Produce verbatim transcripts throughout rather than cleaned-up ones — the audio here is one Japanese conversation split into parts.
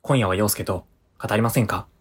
今夜は陽介と語りませんか？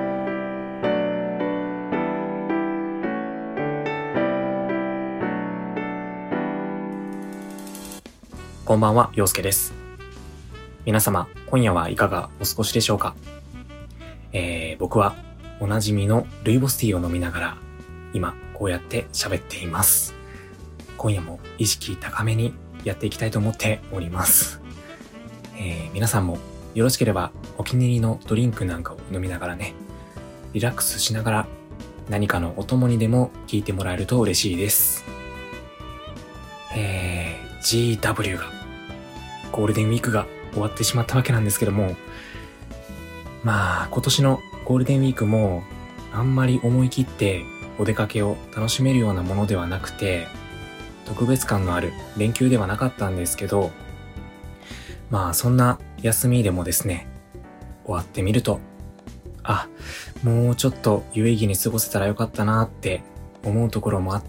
こんばんは、陽介です。皆様、今夜はいかがお過ごしでしょうか？えー、僕はおなじみのルイボスティーを飲みながら今こうやって喋っています。今夜も意識高めにやっていきたいと思っております。えー、皆さんもよろしければお気に入りのドリンクなんかを飲みながらね、リラックスしながら何かのお供にでも聞いてもらえると嬉しいです。えー、ジーダブリュー がゴールデンウィークが終わってしまったわけなんですけども、まあ今年のゴールデンウィークもあんまり思い切ってお出かけを楽しめるようなものではなくて、特別感のある連休ではなかったんですけど、まあそんな休みでもですね、終わってみると、あ、もうちょっと有意義に過ごせたらよかったなって思うところもあって、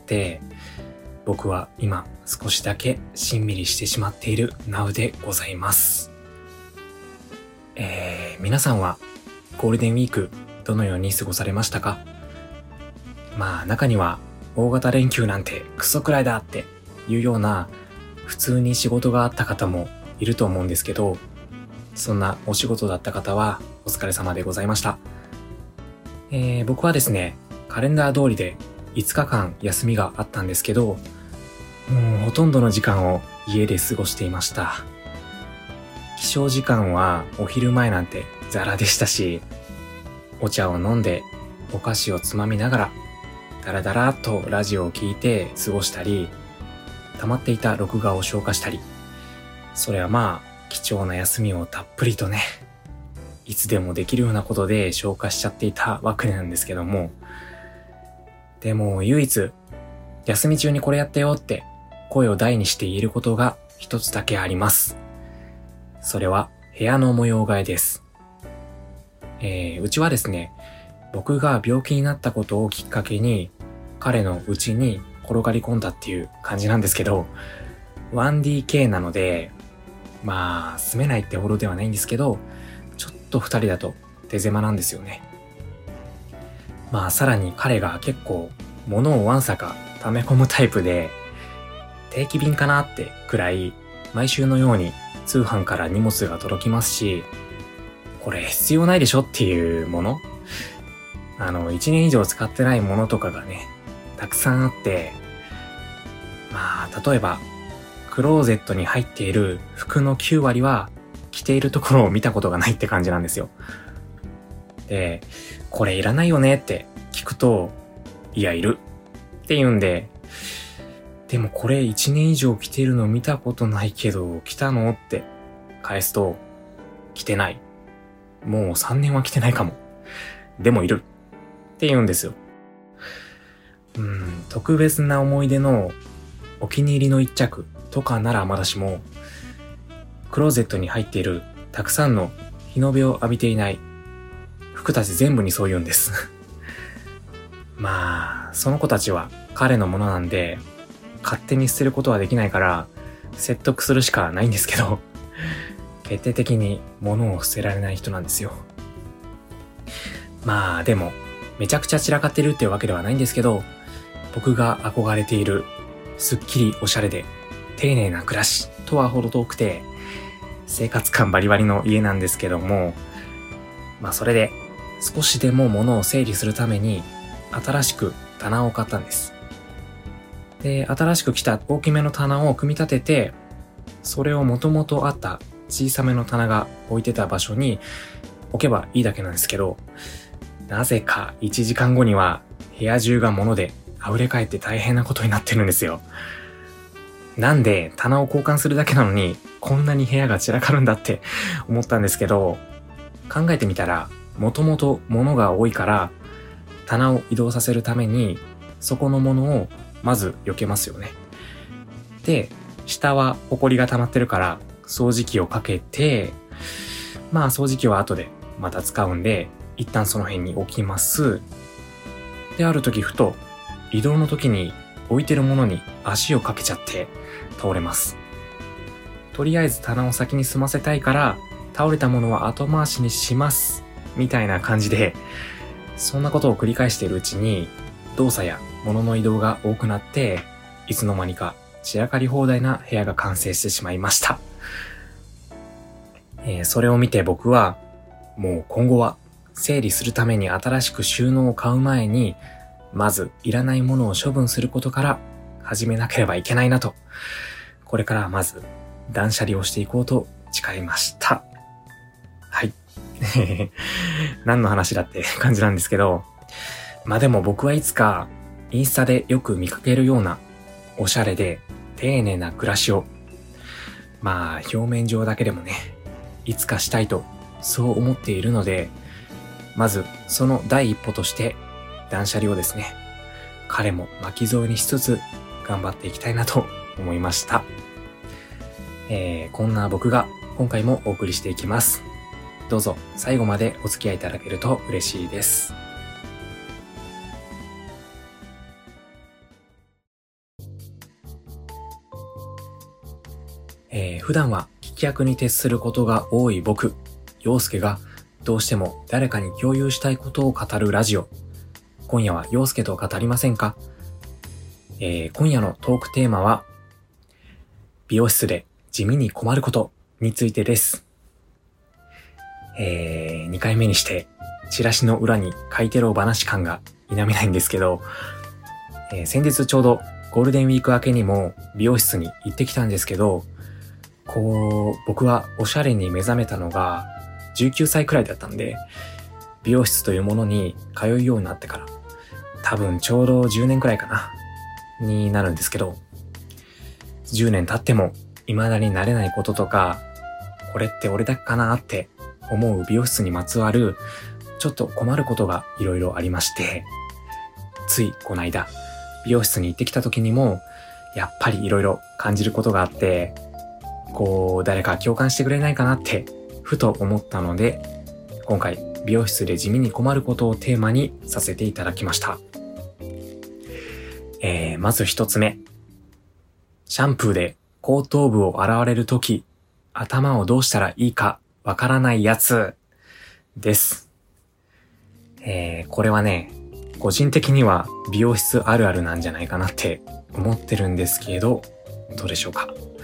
僕は今少しだけしんみりしてしまっているナウでございます。えー、皆さんはゴールデンウィークどのように過ごされましたか？まあ中には大型連休なんてクソくらいだっていうような普通に仕事があった方もいると思うんですけど、そんなお仕事だった方はお疲れ様でございました。えー、僕はですね、カレンダー通りでいつかかん休みがあったんですけど、もうほとんどの時間を家で過ごしていました。起床時間はお昼前なんてザラでしたし、お茶を飲んでお菓子をつまみながらダラダラっとラジオを聞いて過ごしたり、溜まっていた録画を消化したり、それはまあ貴重な休みをたっぷりとね、いつでもできるようなことで消化しちゃっていたわけなんですけども、でも唯一休み中にこれやったよって声を大にして言えることが一つだけあります。それは部屋の模様替えです。えー、うちはですね、僕が病気になったことをきっかけに彼の家に転がり込んだっていう感じなんですけど、 ワンディーケー なので、まあ住めないってほどではないんですけど、ちょっと二人だと手狭なんですよね。まあさらに彼が結構物をわんさか溜め込むタイプで、定期便かなってくらい毎週のように通販から荷物が届きますし、これ必要ないでしょっていうもの、あのいちねん以上使ってないものとかがね、たくさんあって、まあ例えばクローゼットに入っている服のきゅうわりは着ているところを見たことがないって感じなんですよ。で、これいらないよねって聞くと、いやいるって言うんで、でもこれいちねん以上着てるの見たことないけど着たのって返すと、着てない、もうさんねんは着てないかも、でもいるって言うんですよ。うん、特別な思い出のお気に入りの一着とかならまだしも、クローゼットに入っているたくさんの日の目を浴びていない服たち全部にそう言うんですまあその子たちは彼のものなんで勝手に捨てることはできないから説得するしかないんですけど、決定的に物を捨てられない人なんですよ。まあでもめちゃくちゃ散らかってるっていうわけではないんですけど、僕が憧れているすっきりおしゃれで丁寧な暮らしとはほど遠くて、生活感バリバリの家なんですけども、まあそれで少しでも物を整理するために新しく棚を買ったんです。で、新しく来た大きめの棚を組み立てて、それを元々あった小さめの棚が置いてた場所に置けばいいだけなんですけど、なぜかいちじかんごには部屋中が物で溢れ返って大変なことになってるんですよ。なんで棚を交換するだけなのにこんなに部屋が散らかるんだって思ったんですけど、考えてみたらもともと物が多いから棚を移動させるためにそこのものをまず避けますよね。で、下はホコリが溜まってるから掃除機をかけて、まあ掃除機は後でまた使うんで一旦その辺に置きます。で、ある時ふと移動の時に置いてるものに足をかけちゃって倒れます。とりあえず棚を先に済ませたいから倒れたものは後回しにしますみたいな感じで、そんなことを繰り返しているうちに動作や物の移動が多くなって、いつの間にか散らかり放題な部屋が完成してしまいました。えー、それを見て僕はもう今後は整理するために新しく収納を買う前に、まずいらないものを処分することから始めなければいけないなと、これからまず断捨離をしていこうと誓いました。はい。何の話だって感じなんですけど、まあでも僕はいつかインスタでよく見かけるようなおしゃれで丁寧な暮らしを、まあ表面上だけでもね、いつかしたいとそう思っているので、まずその第一歩として断捨離をですね、彼も巻き添えにしつつ頑張っていきたいなと思いました。えー、こんな僕が今回もお送りしていきます。どうぞ最後までお付き合いいただけると嬉しいです。えー、普段は聞き役に徹することが多い僕、陽介がどうしても誰かに共有したいことを語るラジオ。今夜は陽介と語りませんか？えー、今夜のトークテーマは、美容室で地味に困ることについてです。えー、にかいめにしてチラシの裏に書いてろ話感が否めないんですけど、えー、先日ちょうどゴールデンウィーク明けにも美容室に行ってきたんですけど、こう僕はおしゃれに目覚めたのがじゅうきゅうさいくらいだったんで、美容室というものに通うようになってから多分ちょうどじゅうねんくらいかなになるんですけど、じゅうねん経っても未だに慣れないこととか、これって俺だけかなって思う美容室にまつわるちょっと困ることがいろいろありまして、ついこの間美容室に行ってきた時にもやっぱりいろいろ感じることがあって、こう誰か共感してくれないかなってふと思ったので、今回美容室で地味に困ることをテーマにさせていただきました。えー、まず一つ目、シャンプーで後頭部を洗われるとき、頭をどうしたらいいかわからないやつです。えー、これはね、個人的には美容室あるあるなんじゃないかなって思ってるんですけど、どうでしょうか。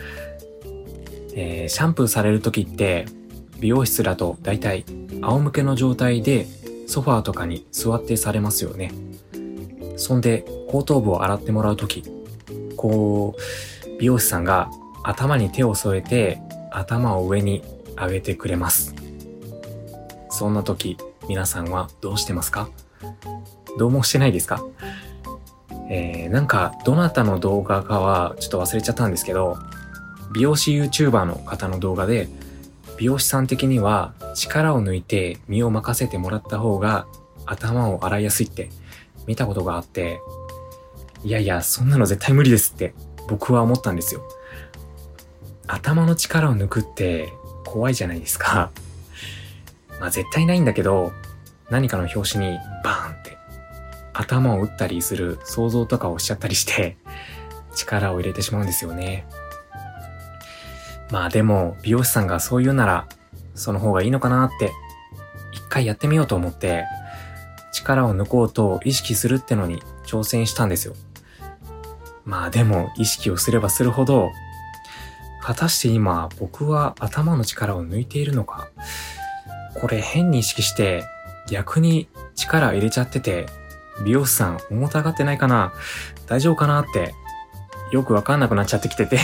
えー、シャンプーされるときって美容室だとだいたい仰向けの状態でソファーとかに座ってされますよね。そんで後頭部を洗ってもらうとき、こう美容師さんが頭に手を添えて頭を上に上げてくれます。そんなとき皆さんはどうしてますか？どうもしてないですか？えー、なんかどなたの動画かはちょっと忘れちゃったんですけど、美容師 YouTuber の方の動画で、美容師さん的には力を抜いて身を任せてもらった方が頭を洗いやすいって見たことがあって、いやいやそんなの絶対無理ですって僕は思ったんですよ。頭の力を抜くって怖いじゃないですか。まあ絶対ないんだけど、何かの拍子にバーンって頭を打ったりする想像とかをしちゃったりして力を入れてしまうんですよね。まあでも美容師さんがそう言うならその方がいいのかなって一回やってみようと思って力を抜こうと意識するってのに挑戦したんですよ。まあでも意識をすればするほど、果たして今僕は頭の力を抜いているのか、これ変に意識して逆に力入れちゃってて美容師さん重たがってないかな、大丈夫かなってよくわかんなくなっちゃってきてて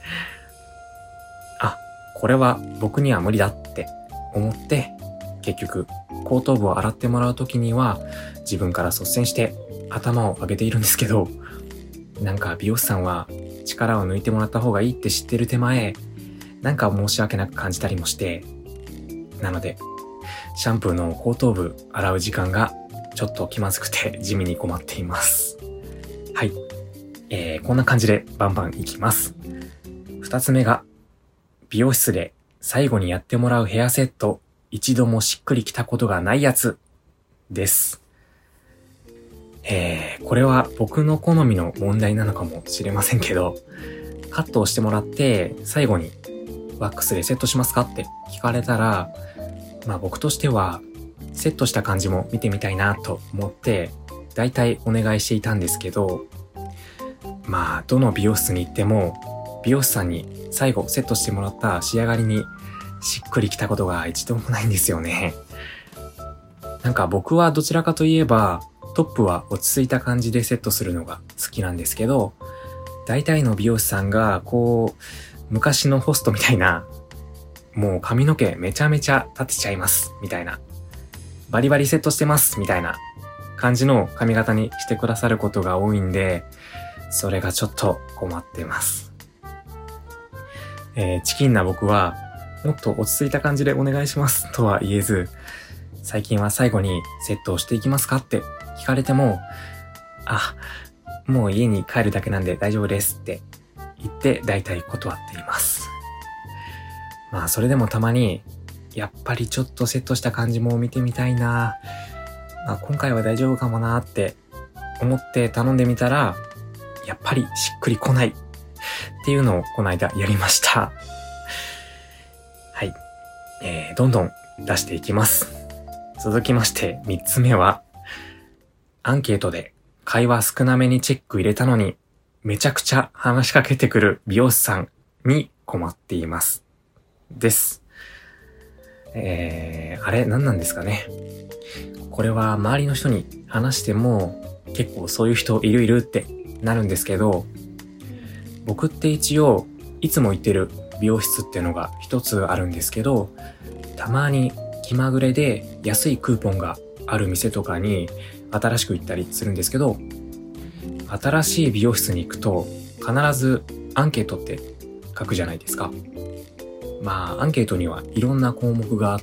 あ、これは僕には無理だって思って、結局後頭部を洗ってもらう時には自分から率先して頭を上げているんですけど、なんか美容師さんは力を抜いてもらった方がいいって知ってる手前、なんか申し訳なく感じたりもして、なのでシャンプーの後頭部洗う時間がちょっと気まずくて地味に困っています。はい、えー、こんな感じでバンバンいきます。二つ目が、美容室で最後にやってもらうヘアセット一度もしっくりきたことがないやつです。えー、これは僕の好みの問題なのかもしれませんけど、カットをしてもらって最後にワックスでセットしますかって聞かれたら、まあ僕としてはセットした感じも見てみたいなと思って大体お願いしていたんですけど、まあどの美容室に行っても美容師さんに最後セットしてもらった仕上がりにしっくりきたことが一度もないんですよね。なんか僕はどちらかといえばトップは落ち着いた感じでセットするのが好きなんですけど、大体の美容師さんがこう昔のホストみたいな、もう髪の毛めちゃめちゃ立てちゃいますみたいな、バリバリセットしてますみたいな感じの髪型にしてくださることが多いんで、それがちょっと困ってます。えー、チキンな僕はもっと落ち着いた感じでお願いしますとは言えず、最近は最後にセットをしていきますかって聞かれても、あ、もう家に帰るだけなんで大丈夫ですって言って大体断っています。まあそれでもたまにやっぱりちょっとセットした感じも見てみたいな、まあ、今回は大丈夫かもなって思って頼んでみたらやっぱりしっくりこないっていうのをこの間やりました。はい、えー、どんどん出していきます。続きましてみっつめは、アンケートで会話少なめにチェック入れたのにめちゃくちゃ話しかけてくる美容師さんに困っていますです。えー、あれ何なんですかね。これは周りの人に話しても結構そういう人いるいるってなるんですけど、僕って一応いつも行ってる美容室っていうのが一つあるんですけど、たまに気まぐれで安いクーポンがある店とかに新しく行ったりするんですけど、新しい美容室に行くと必ずアンケートって書くじゃないですか。まあアンケートにはいろんな項目があって、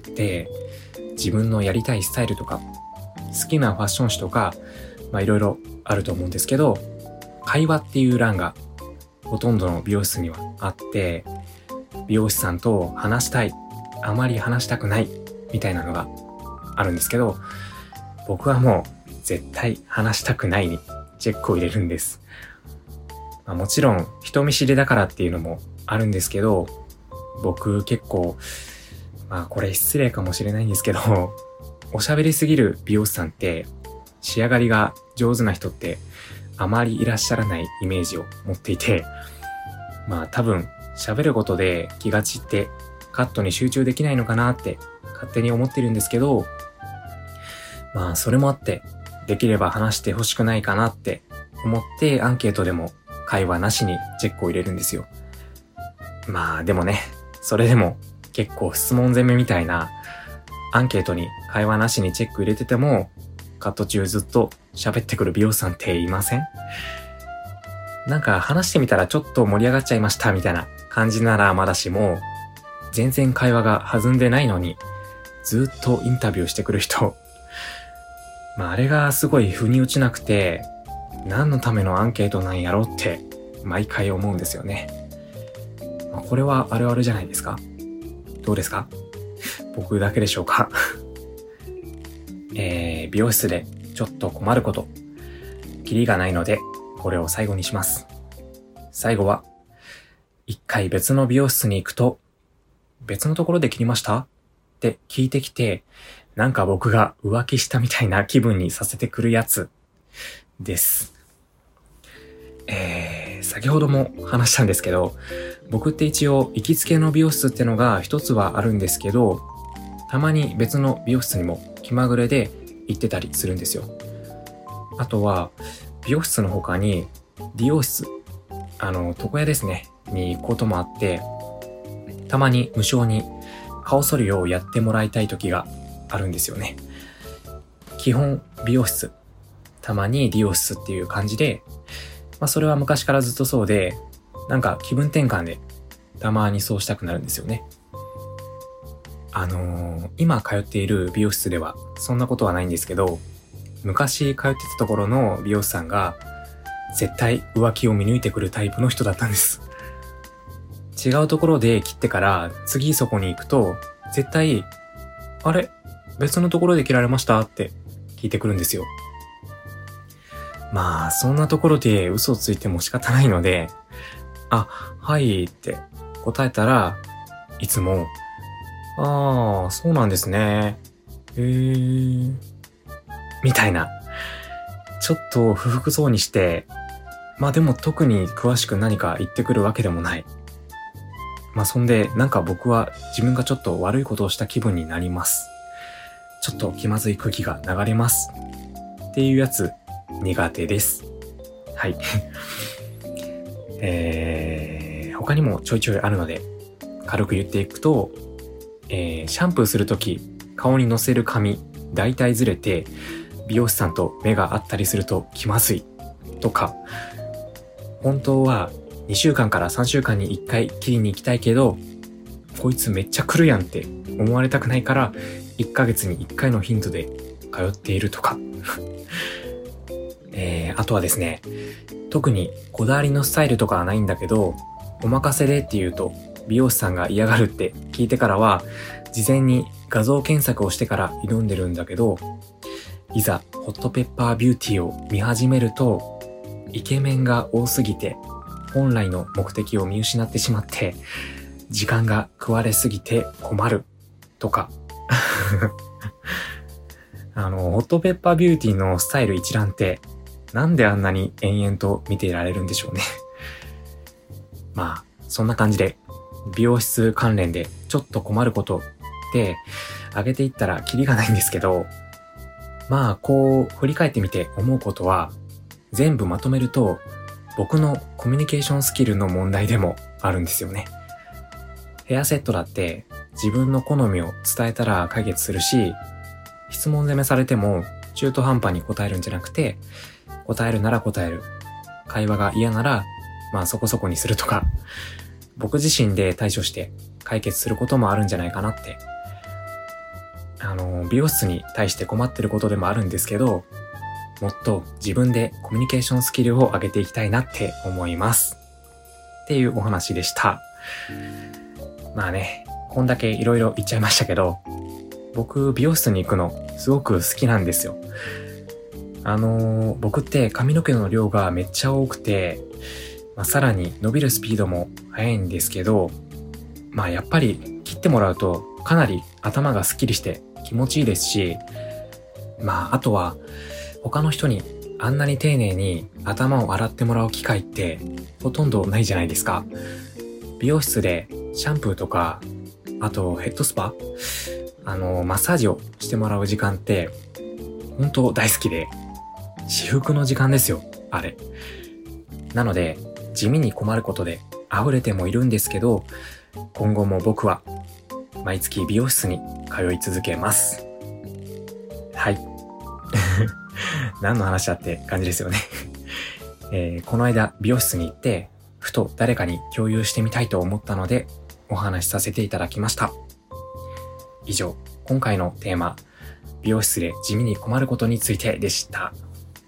自分のやりたいスタイルとか好きなファッション誌とか、まあいろいろあると思うんですけど、会話っていう欄がほとんどの美容室にはあって、美容師さんと話したい、あまり話したくないみたいなのがあるんですけど、僕はもう絶対話したくないにチェックを入れるんです。まあ、もちろん人見知りだからっていうのもあるんですけど、僕結構、まあこれ失礼かもしれないんですけど、おしゃべりすぎる美容師さんって仕上がりが上手な人ってあまりいらっしゃらないイメージを持っていて、まあ多分喋ることで気が散ってカットに集中できないのかなって勝手に思ってるんですけど、まあそれもあってできれば話してほしくないかなって思ってアンケートでも会話なしにチェックを入れるんですよ。まあでもね、それでも結構質問攻めみたいなアンケートに会話なしにチェック入れててもカット中ずっと喋ってくる美容師さんっていません？なんか話してみたらちょっと盛り上がっちゃいましたみたいな感じならまだしも、全然会話が弾んでないのにずっとインタビューしてくる人、まああれがすごい腑に落ちなくて、何のためのアンケートなんやろって毎回思うんですよね。まあ、これはあるあるじゃないですか？どうですか？僕だけでしょうか？えー、美容室でちょっと困ること、キリがないのでこれを最後にします。最後は、一回別の美容室に行くと、別のところで切りましたって聞いてきて、なんか僕が浮気したみたいな気分にさせてくるやつです。えー、先ほども話したんですけど、僕って一応行きつけの美容室ってのが一つはあるんですけど、たまに別の美容室にも気まぐれで行ってたりするんですよ。あとは美容室の他に理容室、あの床屋ですねに行くこともあって、たまに無償に顔剃りをやってもらいたい時があるんですよね。基本美容室、たまに理容室っていう感じで、まあそれは昔からずっとそうで、なんか気分転換でたまにそうしたくなるんですよね。あのー、今通っている美容室ではそんなことはないんですけど、昔通ってたところの美容師さんが絶対浮気を見抜いてくるタイプの人だったんです。違うところで切ってから次そこに行くと絶対、あれ別のところで切られましたって聞いてくるんですよ。まあそんなところで嘘をついても仕方ないので、あ、はいって答えたら、 いつも、ああ、そうなんですね。へー。みたいな。ちょっと不服そうにして、まあでも特に詳しく何か言ってくるわけでもない。まあそんで、なんか僕は自分がちょっと悪いことをした気分になります。ちょっと気まずい空気が流れます。っていうやつ、苦手です。はい。えー、他にもちょいちょいあるので、軽く言っていくと、えー、シャンプーするとき、顔にのせる髪、だいたいずれて、美容師さんと目が合ったりすると気まずい。とか、本当はにしゅうかんからさんしゅうかんにいっかい切りに行きたいけど、こいつめっちゃ来るやんって思われたくないから、いっかげつにいっかいの頻度で通っているとか。えー、あとはですね、特にこだわりのスタイルとかはないんだけど、お任せでって言うと美容師さんが嫌がるって聞いてからは、事前に画像検索をしてから挑んでるんだけど、いざホットペッパービューティーを見始めると、イケメンが多すぎて本来の目的を見失ってしまって、時間が食われすぎて困るとか。あの、ホットペッパービューティーのスタイル一覧ってなんであんなに延々と見ていられるんでしょうね。まあ、そんな感じで美容室関連でちょっと困ることって挙げていったらキリがないんですけど、まあこう振り返ってみて思うことは、全部まとめると僕のコミュニケーションスキルの問題でもあるんですよね。ヘアセットだって自分の好みを伝えたら解決するし、質問攻めされても中途半端に答えるんじゃなくて、答えるなら答える、会話が嫌ならまあそこそこにするとか、僕自身で対処して解決することもあるんじゃないかなって。あの、美容室に対して困ってることでもあるんですけど、もっと自分でコミュニケーションスキルを上げていきたいなって思います。っていうお話でした。まあね、こんだけいろいろ言っちゃいましたけど、僕美容室に行くのすごく好きなんですよ。あのー、僕って髪の毛の量がめっちゃ多くて、まあ、さらに伸びるスピードも速いんですけど、まあやっぱり切ってもらうとかなり頭がスッキリして気持ちいいですし、まああとは他の人にあんなに丁寧に頭を洗ってもらう機会ってほとんどないじゃないですか。美容室でシャンプーとか、あとヘッドスパ、あのマッサージをしてもらう時間って本当大好きで、至福の時間ですよ、あれ。なので地味に困ることで溢れてもいるんですけど、今後も僕は毎月美容室に通い続けます。はい。何の話だって感じですよね。えー、この間美容室に行ってふと誰かに共有してみたいと思ったのでお話しさせていただきました。以上、今回のテーマ、美容室で地味に困ることについてでした。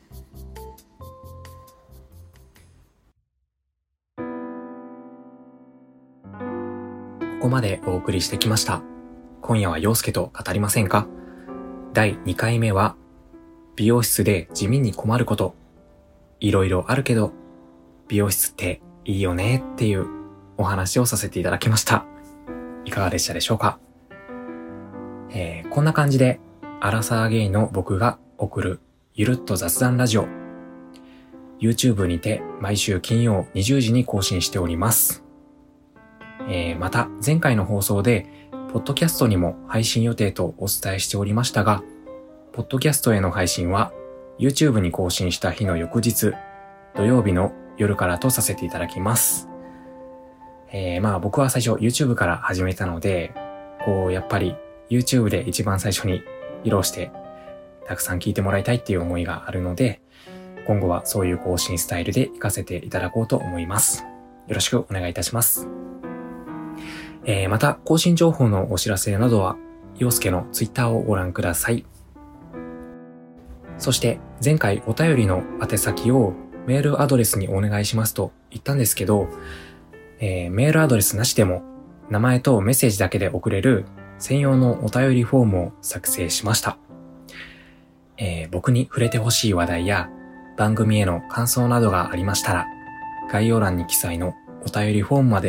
ここまでお送りしてきました。今夜は陽介と語りませんか？だいにかいめは、美容室で地味に困ること。いろいろあるけど、美容室っていいよねっていうお話をさせていただきました。いかがでしたでしょうか？えー、こんな感じで、アラサーゲイの僕が送るゆるっと雑談ラジオ。YouTube にて毎週金曜にじゅうじに更新しております。えー、また前回の放送でポッドキャストにも配信予定とお伝えしておりましたが、ポッドキャストへの配信は YouTube に更新した日の翌日、土曜日の夜からとさせていただきます。えー、まあ僕は最初 YouTube から始めたので、こうやっぱり YouTube で一番最初に披露してたくさん聞いてもらいたいっていう思いがあるので、今後はそういう更新スタイルで活かせていただこうと思います。よろしくお願いいたします。えー、また更新情報のお知らせなどは陽介の Twitter をご覧ください。そして前回お便りの宛先をメールアドレスにお願いしますと言ったんですけど、えー、メールアドレスなしでも名前とメッセージだけで送れる専用のお便りフォームを作成しました。えー、僕に触れてほしい話題や番組への感想などがありましたら、概要欄に記載のお便りフォームまで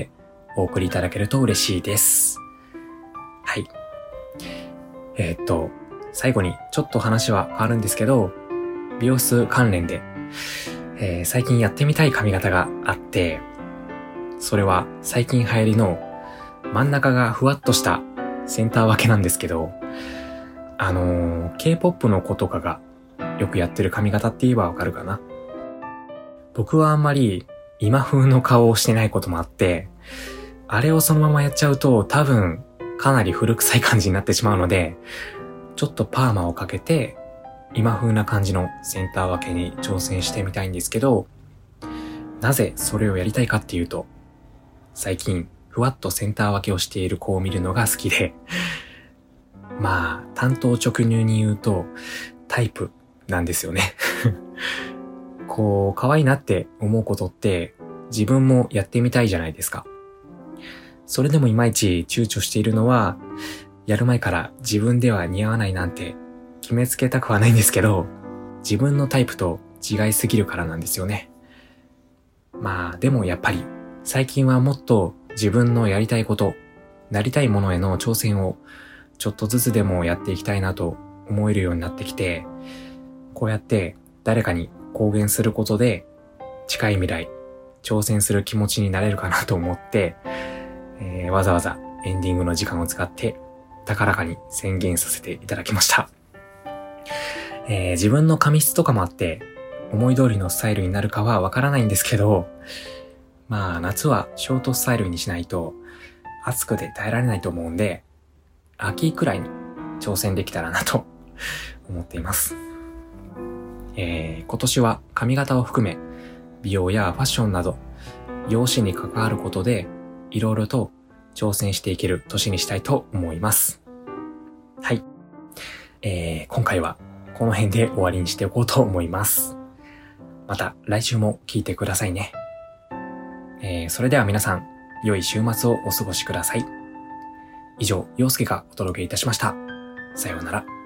お送りいただけると嬉しいです。はい。えー、っと、最後にちょっと話は変わるんですけど、美容室関連で、えー、最近やってみたい髪型があって、それは最近流行りの真ん中がふわっとしたセンター分けなんですけど、あのー、K-ポップ の子とかがよくやってる髪型って言えばわかるかな。僕はあんまり今風の顔をしてないこともあって、あれをそのままやっちゃうと多分かなり古臭い感じになってしまうので、ちょっとパーマをかけて今風な感じのセンター分けに挑戦してみたいんですけど、なぜそれをやりたいかっていうと、最近ふわっとセンター分けをしている子を見るのが好きで、まあ単刀直入に言うとタイプなんですよね。こう可愛いなって思うことって自分もやってみたいじゃないですか。それでもいまいち躊躇しているのは、やる前から自分では似合わないなんて決めつけたくはないんですけど、自分のタイプと違いすぎるからなんですよね。まあでもやっぱり最近はもっと自分のやりたいこと、なりたいものへの挑戦をちょっとずつでもやっていきたいなと思えるようになってきて、こうやって誰かに公言することで近い未来挑戦する気持ちになれるかなと思って、えー、わざわざエンディングの時間を使って高らかに宣言させていただきました。えー、自分の髪質とかもあって思い通りのスタイルになるかはわからないんですけど、まあ夏はショートスタイルにしないと暑くて耐えられないと思うんで、秋くらいに挑戦できたらなと思っています。えー、今年は髪型を含め美容やファッションなど容姿に関わることでいろいろと挑戦していける年にしたいと思います。はい、えー、今回はこの辺で終わりにしておこうと思います。また来週も聞いてくださいね。えー、それでは皆さん、良い週末をお過ごしください。以上、陽介がお届けいたしました。さようなら。